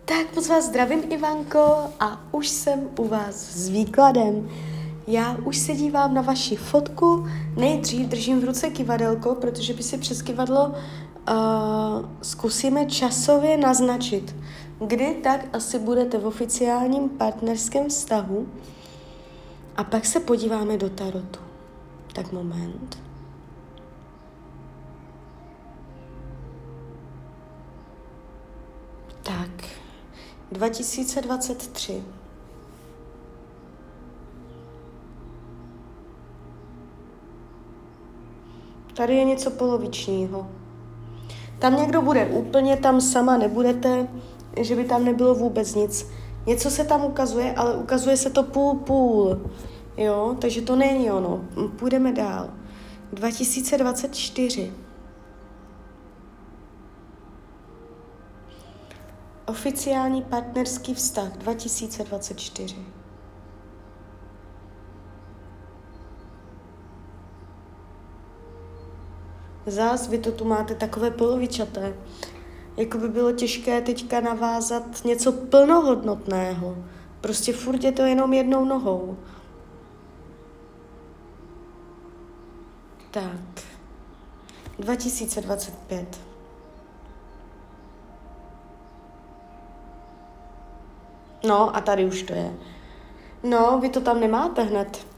Tak moc vás zdravím, Ivanko, a už jsem u vás s výkladem. Já už se dívám na vaši fotku, nejdřív držím v ruce kyvadelko, protože by si přes kyvadlo zkusíme časově naznačit, kdy tak asi budete v oficiálním partnerském vztahu, a pak se podíváme do tarotu. Tak moment. Tak, 2023. Tady je něco polovičního. Tam někdo bude úplně, tam sama nebudete, že by tam nebylo vůbec nic. Něco se tam ukazuje, ale ukazuje se to půl. Jo, takže to není ono. Půjdeme dál. 2024. Oficiální partnerský vztah 2024. Zás vy to tu máte takové polovičaté. Jako by bylo těžké teďka navázat něco plnohodnotného. Prostě furt je to jenom jednou nohou. Tak. 2025. No a tady už to je. No, vy to tam nemáte hned.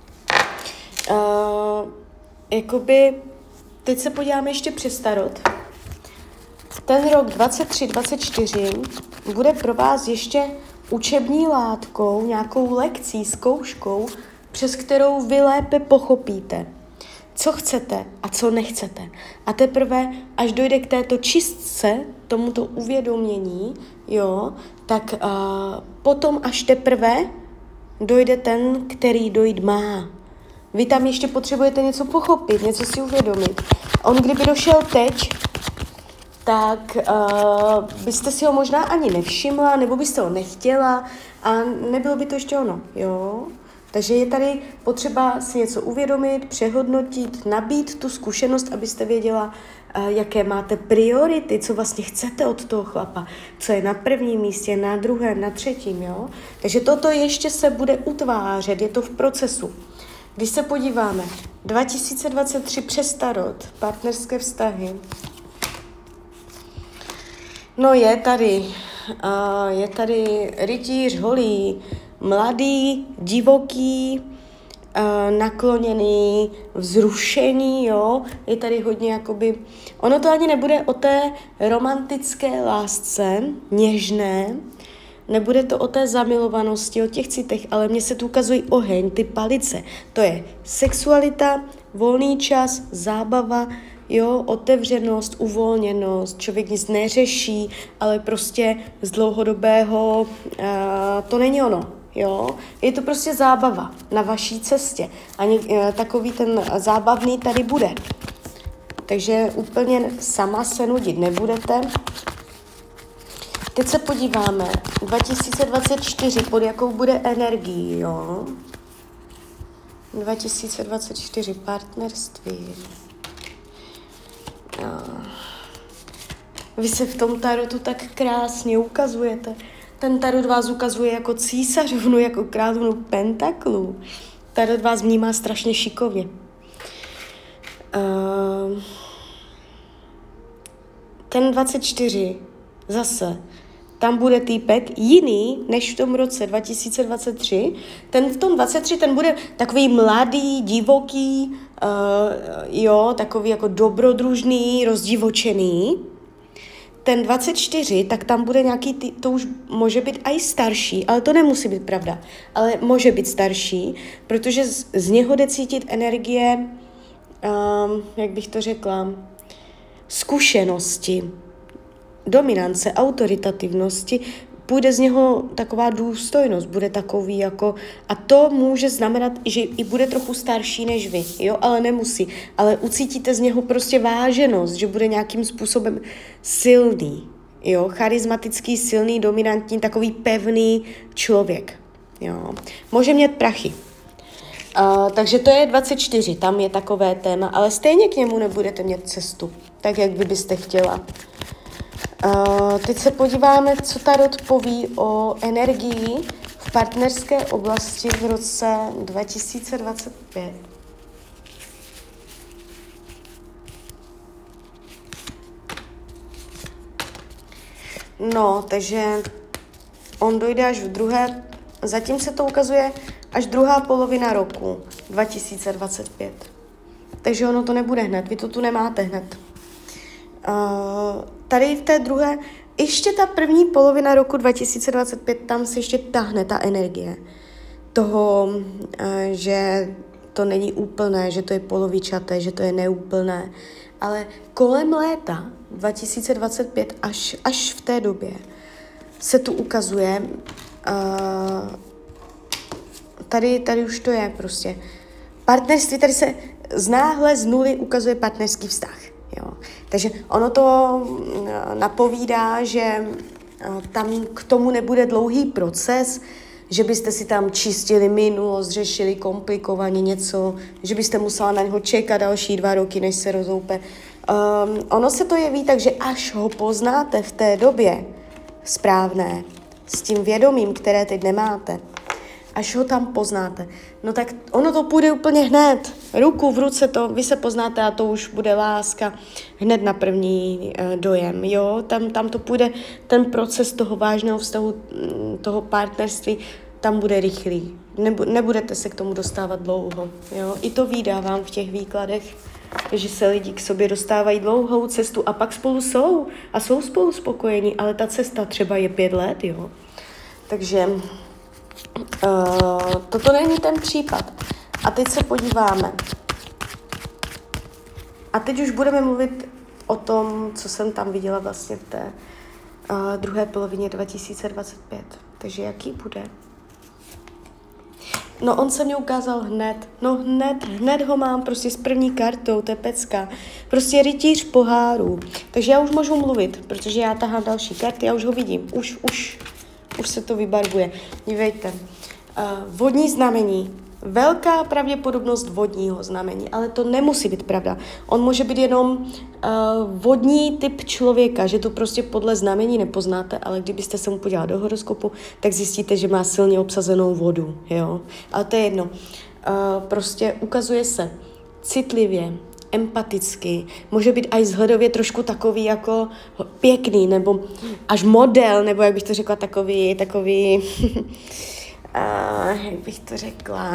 Jakoby, teď se podíváme ještě přes tarot. Ten rok 23-24 bude pro vás ještě učební látkou, nějakou lekcí, zkouškou, přes kterou vy lépe pochopíte, co chcete a co nechcete. A teprve, až dojde k této čistce, tomuto uvědomění, jo, tak potom až teprve dojde ten, který dojít má. Vy tam ještě potřebujete něco pochopit, něco si uvědomit. On kdyby došel teď, tak byste si ho možná ani nevšimla, nebo byste ho nechtěla a nebylo by to ještě ono, jo? Takže je tady potřeba si něco uvědomit, přehodnotit, nabít tu zkušenost, abyste věděla, jaké máte priority, co vlastně chcete od toho chlapa, co je na prvním místě, na druhém, na třetím, jo? Takže toto ještě se bude utvářet, je to v procesu. Když se podíváme, 2023 přes tarot, partnerské vztahy, no je tady rytíř holý, mladý, divoký, nakloněný, vzrušený, jo, je tady hodně jakoby, ono to ani nebude o té romantické lásce, něžné, nebude to o té zamilovanosti, o těch citech, ale mně se tu ukazují oheň, ty palice, to je sexualita, volný čas, zábava, jo, otevřenost, uvolněnost, člověk nic neřeší, ale prostě z dlouhodobého to není ono, jo. Je to prostě zábava na vaší cestě. Ani takový ten zábavný tady bude. Takže úplně sama se nudit nebudete. Teď se podíváme, 2024, pod jakou bude energií, jo. 2024, partnerství. Vy se v tom tarotu tak krásně ukazujete. Ten tarot vás ukazuje jako císařovnu, jako královnu pentaklů. Tarot vás vnímá strašně šikovně. Ten 24 zase, tam bude týpek jiný než v tom roce 2023. Ten v tom 23, ten bude takový mladý, divoký, jo, takový jako dobrodružný, rozdivočený. Ten 24, tak tam bude nějaký, to už může být i starší, ale to nemusí být pravda, ale může být starší, protože z něho jde cítit energie, jak bych to řekla, zkušenosti, dominance, autoritativnosti, půjde z něho taková důstojnost, bude takový jako, a to může znamenat, že i bude trochu starší než vy, jo, ale nemusí, ale ucítíte z něho prostě váženost, že bude nějakým způsobem silný, jo, charismatický, silný, dominantní, takový pevný člověk, jo, může mít prachy. Takže to je 24, tam je takové téma, ale stejně k němu nebudete mít cestu, tak jak vy byste chtěla. Teď se podíváme, co tarot poví o energii v partnerské oblasti v roce 2025. No, takže on dojde až v druhé, zatím se to ukazuje až druhá polovina roku 2025. Takže ono to nebude hned, vy to tu nemáte hned. Tady v té druhé, ještě ta první polovina roku 2025, tam se ještě tahne ta energie toho, že to není úplné, že to je polovičaté, že to je neúplné. Ale kolem léta 2025 až v té době se tu ukazuje, tady už to je prostě. Partnerství, tady se náhle z nuly ukazuje partnerský vztah. Jo. Takže ono to napovídá, že tam k tomu nebude dlouhý proces, že byste si tam čistili minulost, řešili komplikovaně něco, že byste musela na něho čekat další 2 roky, než se rozhoupe. Ono se to jeví tak, že až ho poznáte v té době správné, s tím vědomím, které teď nemáte, až ho tam poznáte, no tak ono to půjde úplně hned. Ruku v ruce to, vy se poznáte a to už bude láska hned na první dojem, jo? Tam to půjde, ten proces toho vážného vztahu, toho partnerství, tam bude rychlý. Nebudete se k tomu dostávat dlouho, jo? I to vídávám v těch výkladech, že se lidi k sobě dostávají dlouhou cestu a pak spolu jsou a jsou spolu spokojení, ale ta cesta třeba je 5 let, jo? Takže toto není ten případ. A teď se podíváme. A teď už budeme mluvit o tom, co jsem tam viděla vlastně v té druhé polovině 2025. Takže jaký bude? No on se mě ukázal hned. No hned ho mám prostě s první kartou, to je pecka. Prostě rytíř pohárů. Takže já už můžu mluvit, protože já tahám další karty, já už ho vidím. Už se to vybarvuje. Dívejte. Vodní znamení. Velká pravděpodobnost vodního znamení, ale to nemusí být pravda. On může být jenom vodní typ člověka, že to prostě podle znamení nepoznáte, ale kdybyste se mu podívali do horoskopu, tak zjistíte, že má silně obsazenou vodu. Jo? Ale to je jedno. Prostě ukazuje se citlivě, empaticky, může být i vzhledově trošku takový jako pěkný, nebo až model, nebo jak bych to řekla, takový jak bych to řekla,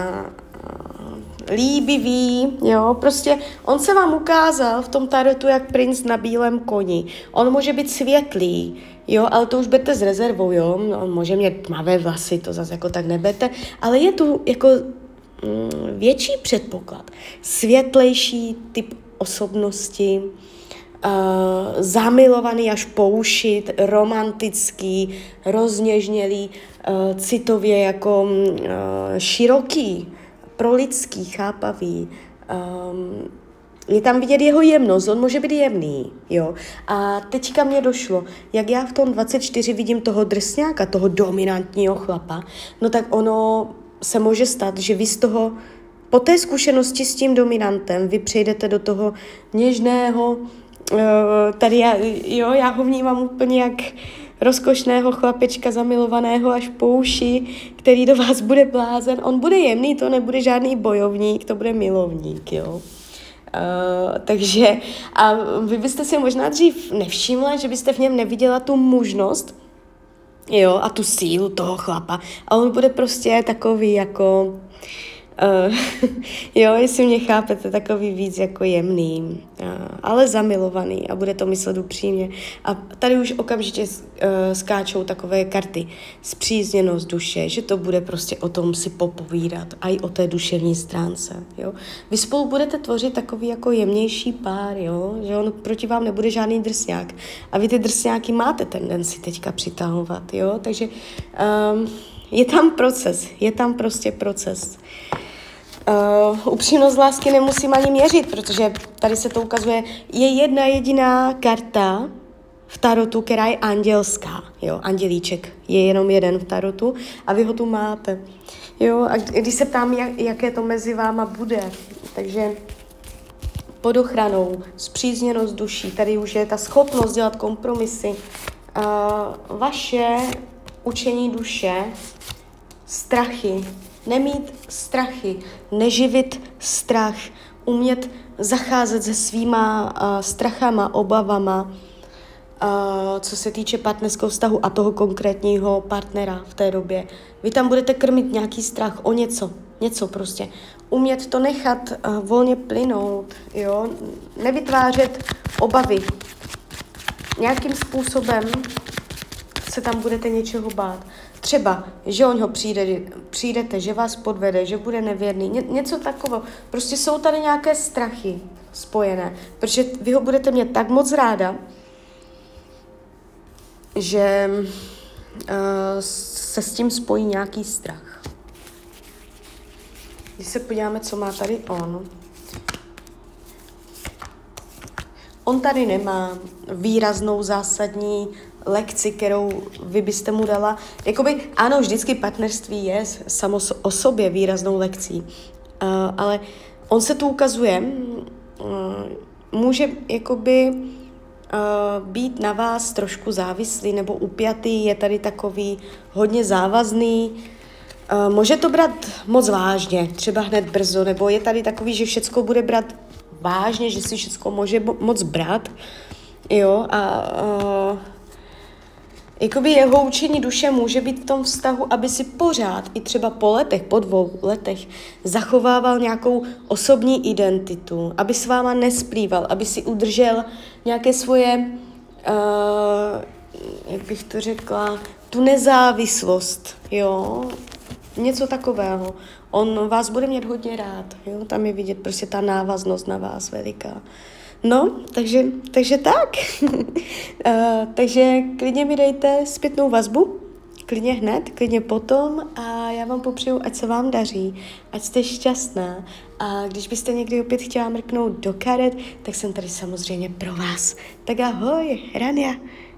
líbivý, jo, prostě on se vám ukázal v tom tarotu jak princ na bílém koni. On může být světlý, jo, ale to už berte s rezervou, jo, on může mít tmavé vlasy, to zase jako tak neberte, ale je tu jako větší předpoklad, světlejší typ osobnosti, zamilovaný až po uši, romantický, rozněžnělý, citově jako široký, prolidský, chápavý. Je tam vidět jeho jemnost, on může být jemný, jo. A teďka mě došlo, jak já v tom 24 vidím toho drsňáka, toho dominantního chlapa, no tak ono se může stát, že vy z toho, po té zkušenosti s tím vy přejdete do toho něžného, tady já ho vnímám úplně jak rozkošného chlapečka zamilovaného až po uši, který do vás bude blázen. On bude jemný, to nebude žádný bojovník, to bude milovník, jo. Takže a vy byste si možná dřív nevšimla, že byste v něm neviděla tu mužnost, jo, a tu sílu toho chlapa. A on bude prostě takový jako jo, jestli mě chápete, takový víc jako jemný, ale zamilovaný a bude to myslet upřímně. A tady už okamžitě skáčou takové karty. Spřízněnost duše, že to bude prostě o tom si popovídat, a i o té duševní stránce, jo. Vy spolu budete tvořit takový jako jemnější pár, jo, že on proti vám nebude žádný drsňák. A vy ty drsňáky máte tendenci teďka přitahovat, jo, takže je tam prostě proces. Upřímnost lásky nemusím ani měřit, protože tady se to ukazuje, je jedna jediná karta v tarotu, která je andělská, jo, andělíček je jenom jeden v tarotu a vy ho tu máte, jo, a když se ptám, jaké to mezi váma bude, takže pod ochranou, spřízněnost duší, tady už je ta schopnost dělat kompromisy, vaše učení duše, strachy, nemít strachy, neživit strach, umět zacházet se svýma strachama, obavama, co se týče partnerského vztahu a toho konkrétního partnera v té době. Vy tam budete krmit nějaký strach o něco prostě. Umět to nechat volně plynout, jo? Nevytvářet obavy. Nějakým způsobem se tam budete něčeho bát. Třeba, že o něho přijdete, že vás podvede, že bude nevěrný, něco takového. Prostě jsou tady nějaké strachy spojené, protože vy ho budete mít tak moc ráda, že se s tím spojí nějaký strach. Když se podíváme, co má tady on. On tady nemá výraznou zásadní lekci, kterou vy byste mu dala. Jakoby, ano, vždycky partnerství je samo o sobě výraznou lekcí, ale on se tu ukazuje, může jakoby být na vás trošku závislý nebo upjatý, je tady takový hodně závazný, může to brát moc vážně, třeba hned brzo, nebo je tady takový, že všecko bude brát vážně, že si všecko může moc brát, jo, jakoby jeho učení duše může být v tom vztahu, aby si pořád, i třeba po 2 letech, zachovával nějakou osobní identitu, aby s váma nesplýval, aby si udržel nějaké svoje, jak bych to řekla, tu nezávislost, jo, něco takového. On vás bude mít hodně rád, jo, tam je vidět prostě ta návaznost na vás veliká. No, takže tak. Takže klidně mi dejte zpětnou vazbu, klidně hned, klidně potom a já vám popřeju, ať se vám daří, ať jste šťastná a když byste někdy opět chtěla mrknout do karet, tak jsem tady samozřejmě pro vás. Tak ahoj, Rania.